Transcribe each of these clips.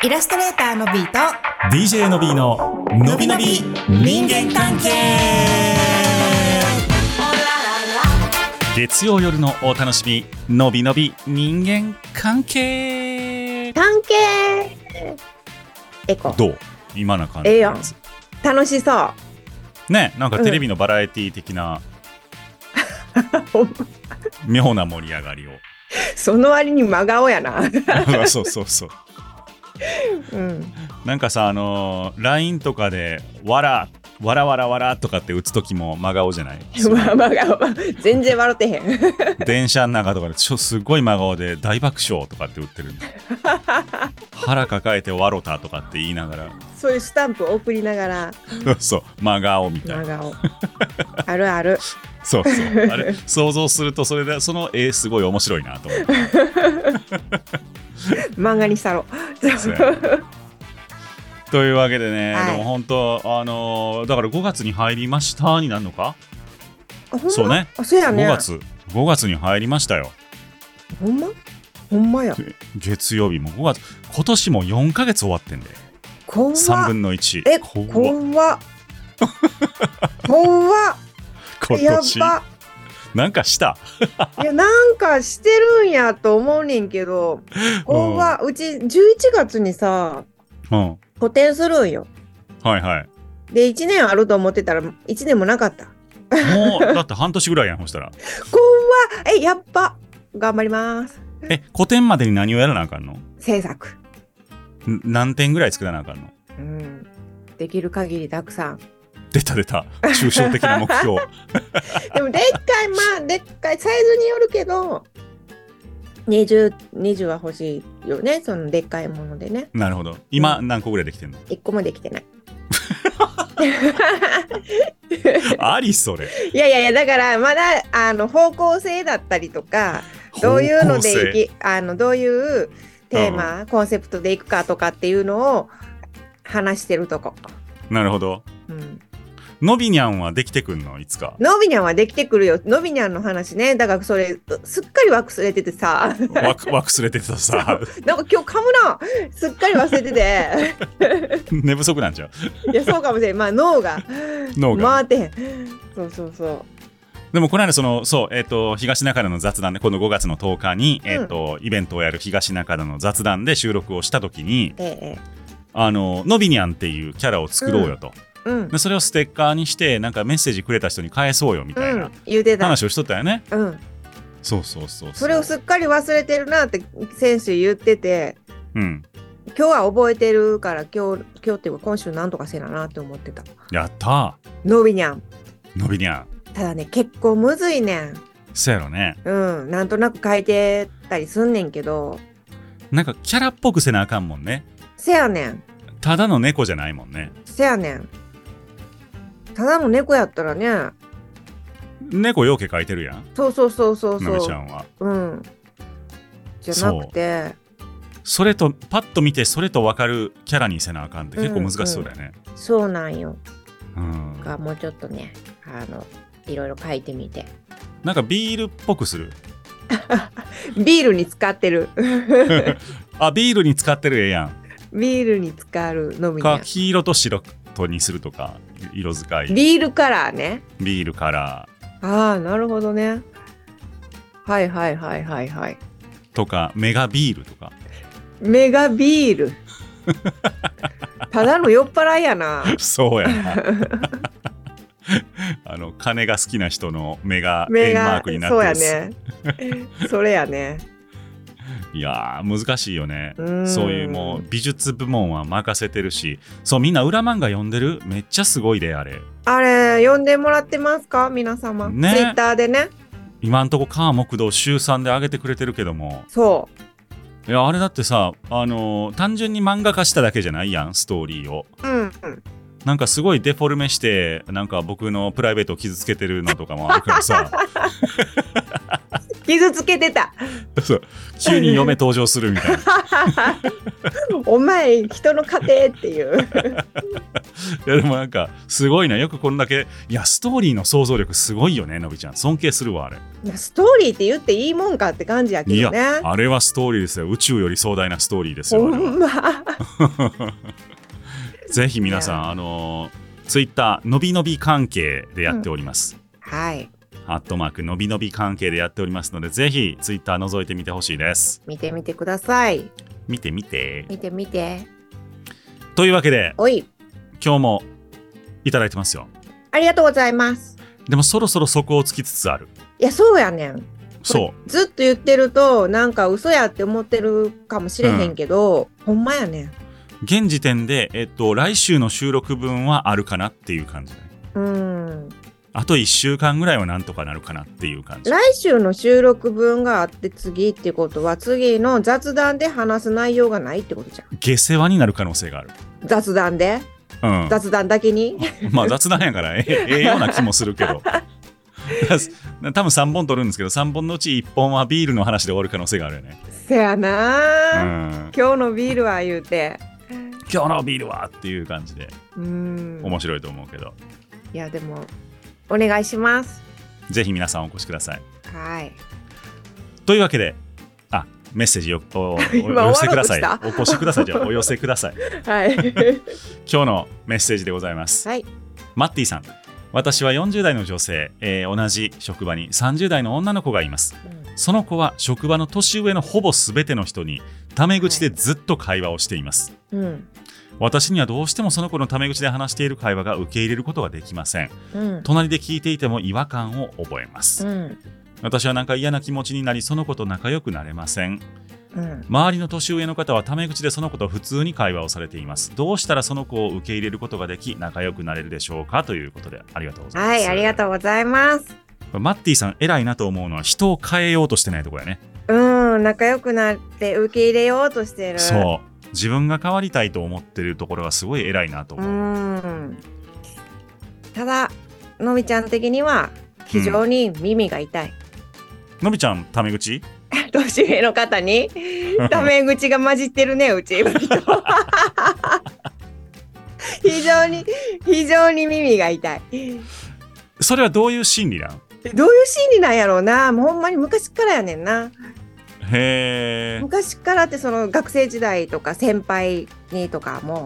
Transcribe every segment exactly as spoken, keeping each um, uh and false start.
イラストレーターのビーとディージェー の B ののびのび人間関係。月曜夜のお楽しみ、のびのび人間関係。 関係エコどう今な感じええやん、楽しそうね。なんかテレビのバラエティ的な、うん、妙な盛り上がりをその割に真顔やなそうそうそう、 うん、 なんかさ、あのー、ライン とかでわらわらわらわらとかって打つ時も真顔じゃない？ 真顔全然笑ってへん電車の中とかですごい真顔で大爆笑とかって打ってるんだ腹抱えてわろたとかって言いながら、 そういうスタンプを送りながらそう真顔みたいな、 真顔あるあるそうそう、あれ想像するとそれでその絵すごい面白いなと思って漫画にしたろというわけでね、 はい、 でも本当あのー、だからごがつに入りましたになるのか。そうね、 あ、そうやね、 ごがつごがつに入りましたよ。 ほんまほんまや。 月曜日もごがつ、今年もよんかげつ終わってんで、さんぶんのいち。 え、こわこわ今年やばなんかしたいや、なんかしてるんやと思うねんけど、こわ、うん、うちじゅういちがつにさ、うん、個展するんよ。 はいはい。 でいちねんあると思ってたらいちねんもなかった。 もうだって半年ぐらいやん。そしたらこわえやっぱ頑張ります。 え、個展までに何をやらなあかんの？ 制作。何点ぐらい作らなあかんの？ うん、できる限りたくさん。 出た出た、抽象的な目標でもでっかい、まあでっかいサイズによるけどにじゅう、にじゅうは欲しいよね、そのでっかいものでね。 なるほど。今何個ぐらいできてんの？ いっこもできてないありそれ。 いやいやいや、だからまだあの方向性だったりとか、どういうのでいきあのどういうテーマ、うん、コンセプトでいくかとかっていうのを話してるとこ。 なるほど、うん、のびにゃんはできてくんの？いつかのびにゃんはできてくるよ。のびにゃんの話ね。だからそれすっかり忘れててさ忘れてたさなんか今日噛むな、すっかり忘れてて寝不足なんちゃう？ いや、そうかもしれん。まあ脳が脳が回ってへん。そうそうそう。 でもこの間そのそう、えー、と東中野の雑談で、このごがつのとおかに、うん、えー、とイベントをやる東中野の雑談で収録をした時に、ええ、あののびにゃんっていうキャラを作ろうよと、うんうん、でそれをステッカーにしてなんかメッセージくれた人に返そうよみたいな話をしとったよね、うん、そうそうそうそう。 それをすっかり忘れてるなって先週言ってて、うん、今日は覚えてるから今日今日っていうか今週なんとかせななって思ってた。 やったー。のびにゃんのびにゃん。 ただね、結構むずいねん。 そうやろね。 うん、なんとなく書いてたりすんねんけど、 なんかキャラっぽくせなあかんもんね。 せやねん。 ただの猫じゃないもんね。 せやねん。ただの猫やったらね、 猫ようけ書いてるやん。 そうそうそうそうそう。 のびちゃんは。 うん。じゃなくて、 そ, それとパッと見てそれと分かるキャラにせなあかんって結構難しそうだよね。 うんうん、そうなんよ。 うん。 がもうちょっとね、あのいろいろ書いてみて。 なんかビールっぽくする。 ビールに使ってる。 あ、ビールに使ってるええやん。 ビールに使うのみか黄色と白とにするとか、色使い。 ビールカラーね。 ビールカラー。ああ、なるほどね。はいはいはいはいはい。 とかメガビールとか。 メガビール。ただの酔っ払いやな。 そうやな。あの金が好きな人の目が円マークになってる。 そうやね。それやね。 いやー難しいよね。そういうもう美術部門は任せてるし、そうみんな裏漫画読んでる？めっちゃすごいであれ。 あれ読んでもらってますか皆様？ね、ツイッターでね。 今んとこ川木道週さんで上げてくれてるけども。 そう。 いやあれだってさ、あのー、単純に漫画化しただけじゃないやん、ストーリーを。 うんうん。 なんかすごいデフォルメしてなんか僕のプライベートを傷つけてるのとかもあるからさ傷つけてた。 そう、急に嫁登場するみたいなお前人の家庭っていういやでもなんかすごいな、よくこんだけ。いやストーリーの想像力すごいよね、のびちゃん。尊敬するわあれ。 いやストーリーって言っていいもんかって感じやけどね。 いやあれはストーリーですよ。宇宙より壮大なストーリーですよ。 ほんまぜひ皆さんあのツイッターのびのび関係でやっております、 うん、はい、 アットマークのびのび関係でやっておりますので、ぜひツイッター覗いてみてほしいです。 見てみてください。 見てみて見てみて。 というわけでおい今日もいただいてますよ。 ありがとうございます。 でもそろそろ底をつきつつある。 いやそうやねん。 そうずっと言ってるとなんか嘘やって思ってるかもしれへんけど、うん、ほんまやねん。 現時点で、えっと、来週の収録分はあるかなっていう感じ、ね、 うんあといっしゅうかんぐらいはなんとかなるかなっていう感じ。 来週の収録分があって次ってことは次の雑談で話す内容がないってことじゃん。 下世話になる可能性がある。 雑談で、うん、雑談だけにまあ雑談やからええええような気もするけど多分さんぼん撮るんですけどさんぼんのうちいっぽんはビールの話で終わる可能性があるよね。 せやな、うん、今日のビールは言うて今日のビールはっていう感じでうん面白いと思うけど、 いやでもお願いします。 ぜひ皆さんお越しください。 はい。 というわけであメッセージを お, お寄せください。お越しください。じゃあお寄せください。 はい。 今日のメッセージでございます。 はい。 マッティさん、私はよんじゅう代の女性、えー、同じ職場にさんじゅう代の女の子がいます、うん、その子は職場の年上のほぼ全ての人にタメ口でずっと会話をしています、はい、うん、私にはどうしてもその子のタメ口で話している会話が受け入れることができません、うん、隣で聞いていても違和感を覚えます、うん、私はなんか嫌な気持ちになりその子と仲良くなれません、うん、周りの年上の方はタメ口でその子と普通に会話をされています。どうしたらその子を受け入れることができ仲良くなれるでしょうか、ということでありがとうございます。 はい、ありがとうございます。 マッティさん偉いなと思うのは人を変えようとしてないところやね。 うん、仲良くなって受け入れようとしてる。 そう自分が変わりたいと思ってるところがすごい偉いなと思う。うん、 ただのびちゃん的には非常に耳が痛い、 うん、のびちゃんタメ口年上の方にタメ口が混じってるねうち非常に非常に耳が痛い。 それはどういう心理なん？ どういう心理なんやろうな。もうほんまに昔からやねんな。 へー。 昔からってその学生時代とか先輩にとかも、うん、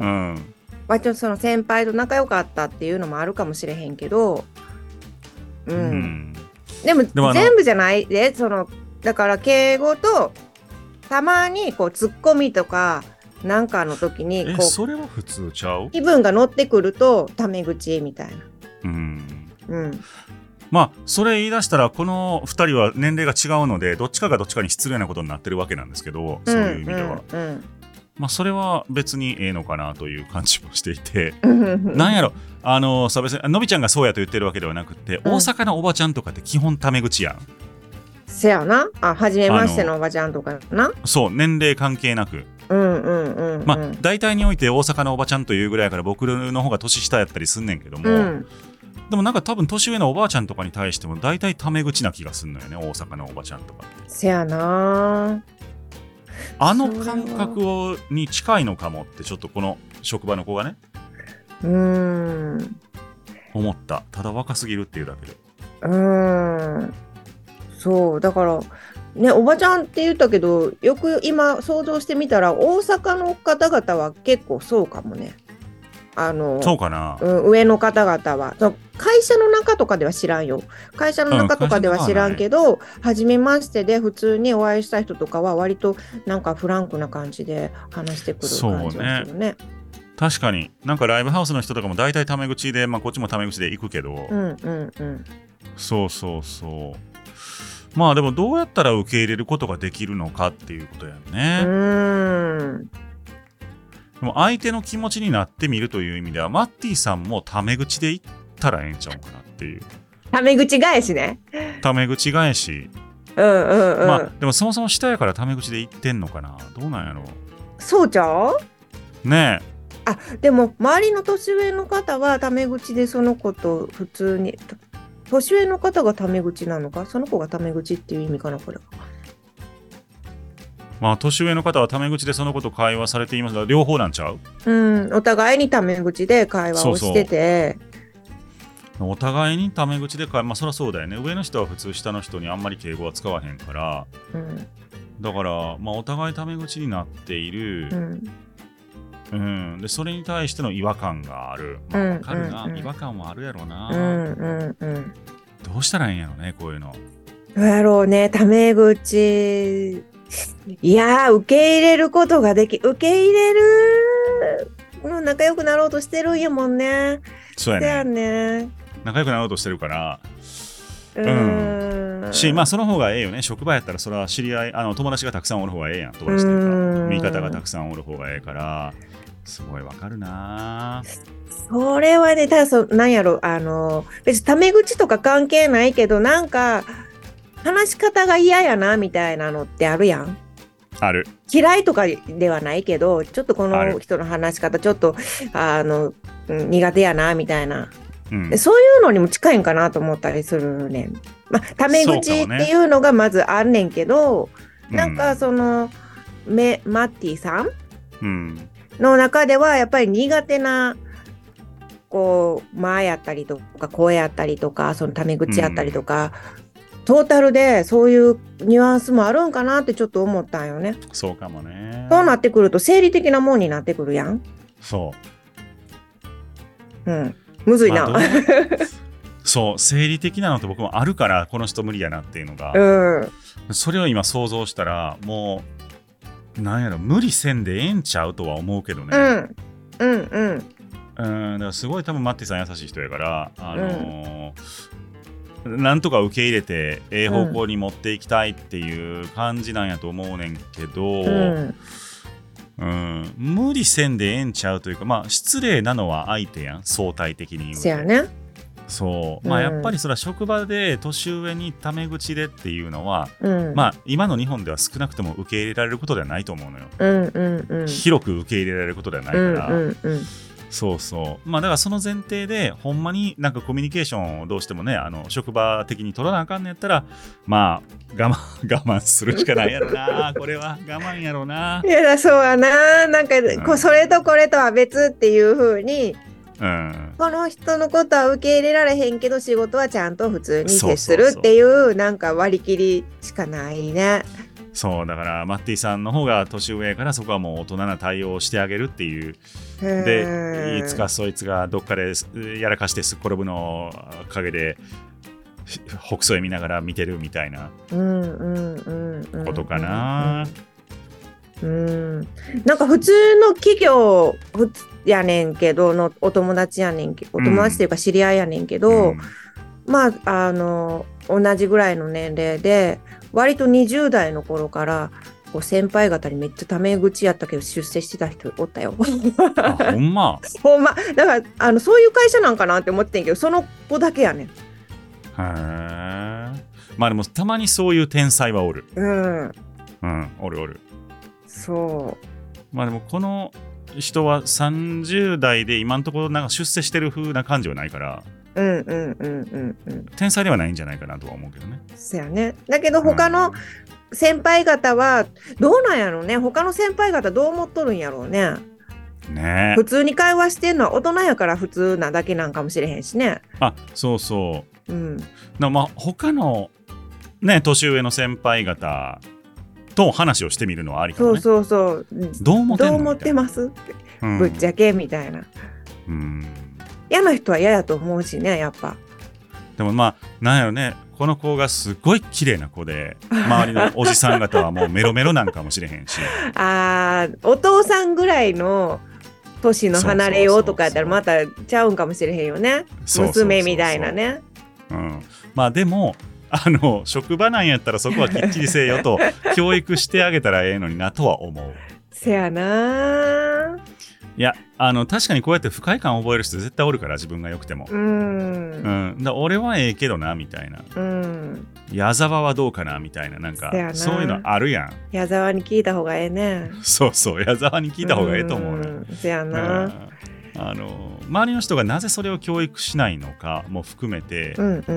割とその先輩と仲良かったっていうのもあるかもしれへんけど、うん、うん、でも全部じゃないで、そのだから敬語とたまにこうツッコミとかなんかの時にこうそれは普通ちゃう？ 気分が乗ってくるとタメ口みたいな。うん、 うん、まあそれ言い出したらこのふたりは年齢が違うのでどっちかがどっちかに失礼なことになってるわけなんですけど、そういう意味では、うんうんうん、まあそれは別にええのかなという感じもしていてなんやろあのさ別にのびちゃんがそうやと言ってるわけではなくて、うん、大阪のおばちゃんとかって基本タメ口やん。 せやなあ、初めましてのおばちゃんとかな。 そう年齢関係なく、うんうんうんうん、まあ大体において大阪のおばちゃんというぐらいやから僕の方が年下やったりすんねんけども、うん、でもなんか多分年上のおばあちゃんとかに対しても大体タメ口な気がすんのよね、大阪のおばちゃんとかって。 せやなあの感覚をに近いのかもってちょっとこの職場の子がねうーん思った。ただ若すぎるっていうだけで。 うーんそうだからね、おばちゃんって言ったけどよく今想像してみたら大阪の方々は結構そうかもね。あのそうかな、 うん、上の方々は会社の中とかでは知らんよ。会社の中とかでは知らんけど、うん、初めましてで普通にお会いした人とかは割となんかフランクな感じで話してくる感じがするね。 確かになんかライブハウスの人とかも大体タメ口で、まあ、こっちもタメ口で行くけど、うんうんうん、そうそうそう。まあでもどうやったら受け入れることができるのかっていうことやね。うーんでも相手の気持ちになってみるという意味ではマッティさんもタメ口で言ったらええんちゃうかなっていう。 タメ口返しね。 タメ口返し。 うんうんうん。 まあでもそもそも下やからタメ口で言ってんのかな。どうなんやろ。 そうちゃう？ ねえ。あでも周りの年上の方はタメ口でその子と普通に。年上の方がタメ口なのか、その子がタメ口っていう意味かなこれは。 まあ年上の方はタメ口でそのこと会話されていますが、両方なんちゃう？ うん、お互いにタメ口で会話をしてて、 そうそう、お互いにタメ口で会話、まあそりゃそうだよね。上の人は普通下の人にあんまり敬語は使わへんから、うん、だからまあお互いタメ口になっている、うんうん、でそれに対しての違和感がある。まあわかるな、うんうんうん、違和感はあるやろうな、うんうんうん、どうしたらいいんやろね、こういうの。 どうやろうね、タメ口。いやー、受け入れることができ、受け入れる、もう仲良くなろうとしてるんやもんね。 そうやね。 やね、 仲良くなろうとしてるから、うん、うんし、まあその方がええよね。職場やったらそれは知り合い、あの友達がたくさんおる方がええやん。友達というか味方がたくさんおる方がええから、すごいわかるな。 それはね、ただそなんやろ、あの別にタメ口とか関係ないけど、なんか話し方が嫌やなみたいなのってあるやん。 ある。 嫌いとかではないけど、ちょっとこの人の話し方ちょっとあの苦手やなみたいな、うん、そういうのにも近いんかなと思ったりするね。まあタメ口っていうのがまずあんねんけど、ね、なんかその、うん、メマッティさん、うん、の中ではやっぱり苦手なこう間やったりとか声やったりとか、そのタメ口やったりとか、うん、トータルでそういうニュアンスもあるんかなってちょっと思ったんよね。 そうかもね。 そうなってくると生理的なもんになってくるやん。 そう。 うん。むずいな。まあ、 そう生理的なのって僕もあるからこの人無理やなっていうのが、うん、それを今想像したらもうなんやろ無理せんでええんちゃうとは思うけどね。うんうんうん。うんだからすごい多分マッティさん優しい人やからあのーうん、なんとか受け入れてええ方向に持っていきたいっていう感じなんやと思うねんけど、うんうん、無理せんでええんちゃうというかまあ失礼なのは相手やん相対的に言うと。 そうやね。 そう、まあ、やっぱりそれは職場で年上にタメ口でっていうのは、うん、まあ今の日本では少なくとも受け入れられることではないと思うのよ、うんうんうん、広く受け入れられることではないから、うんうんうん、そうそうまあだからその前提でほんまになんかコミュニケーションをどうしてもねあの職場的に取らなあかんのやったらまあ我慢我慢するしかないやろなこれは我慢やろな。 いやそうやななんか、うん、こそれとこれとは別っていう風にうん、この人のことは受け入れられへんけど仕事はちゃんと普通に接するっていうなんか割り切りしかないね。 そうだからマッティさんの方が年上からそこはもう大人な対応をしてあげるっていうでいつかそいつがどっかでやらかしてすっ転ぶの陰で北斎見ながら見てるみたいなことかな。 うんなんか普通の企業やねんけどのお友達やねんけどお友達っていうか知り合いやねんけど、うん、まああの同じぐらいの年齢で割とにじゅう代の頃からこう先輩方にめっちゃタメ口やったけど出世してた人おったよ。 あほんまほんまだからあのそういう会社なんかなって思ってんけどその子だけやねん。へえまあでもたまにそういう天才はおる。うんうんおるおる。 そうまあでもこの人はさんじゅう代で今のところなんか出世してる風な感じはないからうんうんうんうんうん天才ではないんじゃないかなとは思うけどね。 そうやね。だけど他の先輩方はどうなんやろうね。他の先輩方どう思っとるんやろうね。ね普通に会話してんのは大人やから普通なだけなんかもしれへんしね。 あそうそう、うん、だまあ他のね年上の先輩方と話をしてみるのはありかもね。そうそうそうどう思ってんのどう思ってますって、うん、ぶっちゃけみたいな。うん嫌な人は嫌やと思うしねやっぱ。 でもまあなんやろねこの子がすごい綺麗な子で周りのおじさん方はもうメロメロなんかもしれへんしあお父さんぐらいの年の離れようとかやったらまたちゃうんかもしれへんよね。娘みたいなね。 うん、まあでもあの職場なんやったらそこはきっちりせえよと教育してあげたらええのになとは思う。 せやな。 いやあの確かにこうやって不快感を覚える人絶対おるから自分が良くてもうん、うん、だ俺はええけどなみたいな、うん、矢沢はどうかなみたいななんかそういうのあるやん。 矢沢に聞いた方がええね。 そうそう矢沢に聞いた方がええと思うよ。 せやな、うん、 あの周りの人がなぜそれを教育しないのかも含めて、うんうん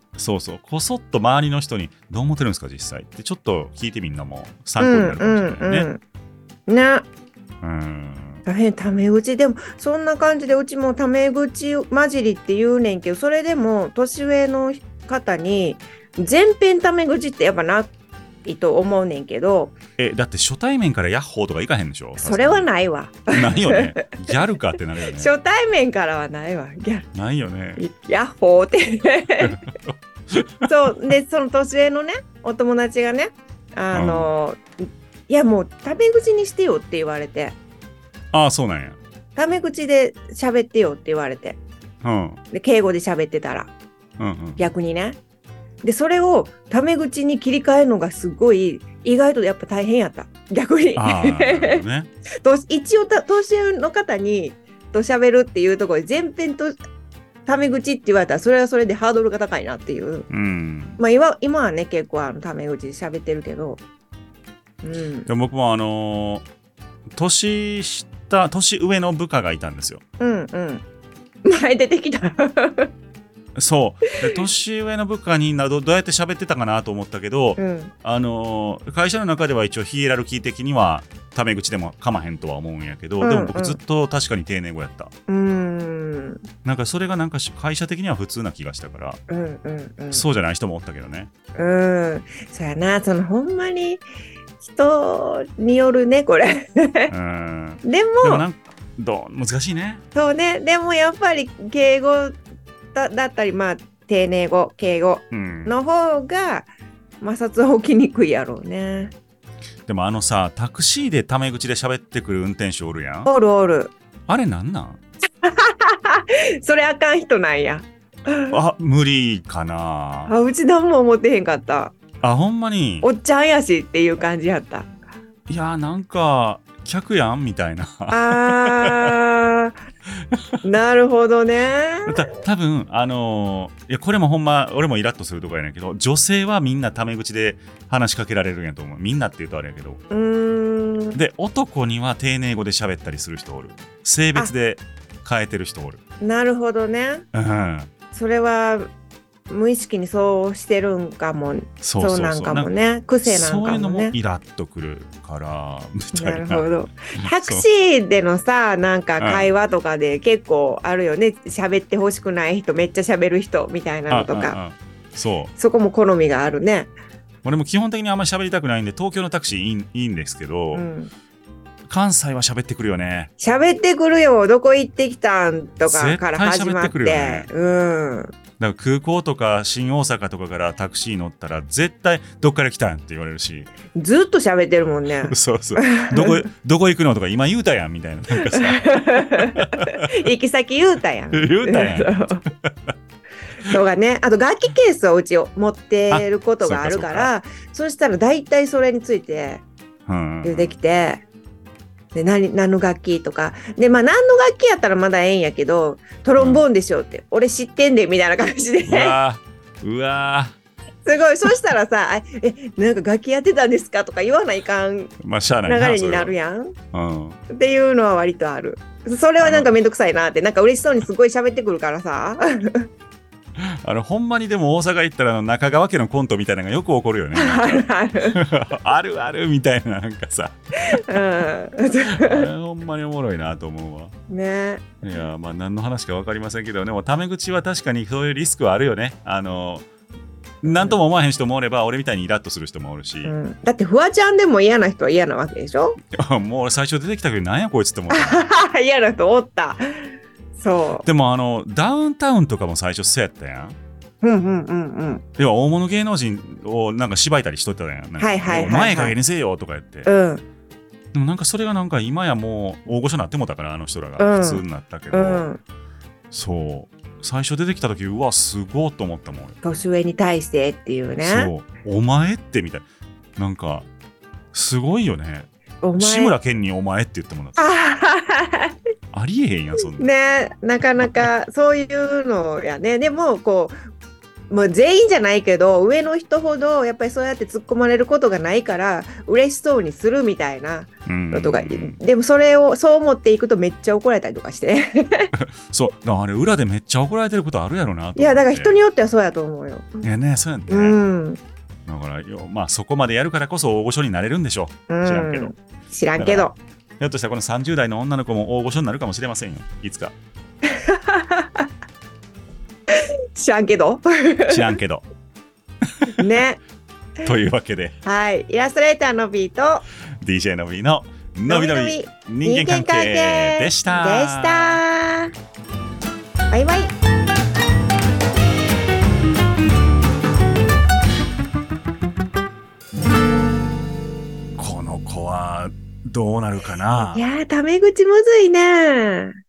そうそうこそっと周りの人にどう思ってるんですか実際ってちょっと聞いてみんなも参考になるかもしれないね。うんうんうん、ね。 うん大変タメ口でもそんな感じでうちもタメ口混じりって言うねんけどそれでも年上の方に全編タメ口ってやっぱないと思うねんけどえだって初対面からヤッホーとかいかへんでしょ。 それはないわないよねギャルかってなるよね初対面からはないわギャルないよねヤッホーってそうでその年上のねお友達がねあの、うん、いやもうタメ口にしてよって言われてああそうなんやタメ口で喋ってよって言われて、 うん、 で敬語で喋ってたら、うんうん、逆にねでそれをタメ口に切り替えるのがすごい意外とやっぱ大変やった逆にあ、ね、一応年上の方にと喋るっていうところで全編とタメ口って言われたらそれはそれでハードルが高いなっていう、うんまあ、今, 今はね結構あのタメ口で喋ってるけど、 うん、で僕もあのー、年下年上の部下がいたんですよ。 うんうん前出てきたそうで年上の部下になどどうやって喋ってたかなと思ったけど、うん、あのー、会社の中では一応ヒエラルキー的にはタメ口でもかまへんとは思うんやけど、うんうん、でも僕ずっと確かに丁寧語やった。うーんなんかそれがなんか会社的には普通な気がしたから、うんうんうん、そうじゃない人もおったけどね。 うんそうやなそのほんまに人によるねこれうんでも、でもなんどう難しいね。 そうねでもやっぱり敬語だ, だったりまあ丁寧語敬語の方が摩擦は起きにくいやろうね。 でもあのさタクシーでタメ口で喋ってくる運転手おるやん。 おるおる。 あれなんなんそれあかん人なんや。 あ無理かなあうち何も思ってへんかった。 あほんまにおっちゃんやしっていう感じやった。 いやなんか客やんみたいなあなるほどね。 た多分あのー、いやこれもほんま俺もイラッとするとかやねんけど女性はみんなタメ口で話しかけられるんやと思う。みんなって言うとあれやけどうーんで男には丁寧語で喋ったりする人おる。性別で変えてる人おる。 なるほどね、うん、それは無意識にそうしてるんかも。そうそうそうなんかもね癖なんかもね。そういうのもイラッとくるからみたいな。 なるほど。タクシーでのさなんか会話とかで結構あるよね。喋ってほしくない人めっちゃ喋る人みたいなのとか。あああそうそこも好みがあるね。 俺も基本的にあんまり喋りたくないんで東京のタクシーい い, いいんですけど、うん、関西は喋ってくるよね。 喋ってくるよ。どこ行ってきたんとかから始まって。絶対喋ってくるよね。うんだから空港とか新大阪とかからタクシー乗ったら絶対どっから来たんって言われるしずっと喋ってるもんねそうそうどこどこ行くのとか今言うたやんみたいななんかさ行き先言うたやん言うたやんそうがね。あと楽器ケースをうちを持ってることがあるからそうしたら大体それについて言うてきてで 何, 何の楽器とかでまあ何の楽器やったらまだええんやけどトロンボーンでしょって、うん、俺知ってんでみたいな感じでうわうわすごいそしたらさえなんか楽器やってたんですかとか言わないかん流れになるやん、うん、っていうのは割とある。それはなんかめんどくさいなってなんか嬉しそうにすごい喋ってくるからさあのほんまにでも大阪行ったら中川家のコントみたいなのがよく起こるよね。 あるあるあるあるみたいななんかさ、うん、あれほんまにおもろいなと思うわね。 いやまあ何の話か分かりませんけどでもタメ口は確かにそういうリスクはあるよね。あの何とも思わへん人もおれば俺みたいにイラッとする人もおるし、うん、 だってフワちゃんでも嫌な人は嫌なわけでしょもう俺最初出てきたけどなんやこいつって思った嫌な人おった。そうでもあのダウンタウンとかも最初そうやったやん。 うんうんうんうんでは大物芸能人をなんか縛いたりしとったやん。なんかはいはいはい、はい、 前かげにせよとか言って、うん、でもなんかそれがなんか今やもう大御所になってもたからあの人らが普通になったけど、うんうん、そう最初出てきた時うわすごいと思ったもん。 年上に対してっていうね。 そうお前ってみたいなんかすごいよね。志村けんにお前って言ってもらったありえへんやんそんなね。なかなかそういうのやね。でもこもう全員じゃないけど上の人ほどやっぱりそうやって突っ込まれることがないから嬉しそうにするみたいなのとか、でもそれをそう思っていくとめっちゃ怒られたりとかしてそうあれ裏でめっちゃ怒られてることあるやろなと思って。 いやだから人によってはそうやと思うよ。 いやねそうやね、うん、だからよ、まあ、そこまでやるからこそ大御所になれるんでしょう、うん、知らんけど知らんけどひょっとしたらこのさんじゅう代の女の子も大御所になるかもしれませんよいつか知らんけど知らんけどねというわけで、 はい、イラストレーターのビーとディージェー のビーののびのび人間関係でしたでしたバイバイ。 この子はどうなるかな。 いやータメ口むずいね。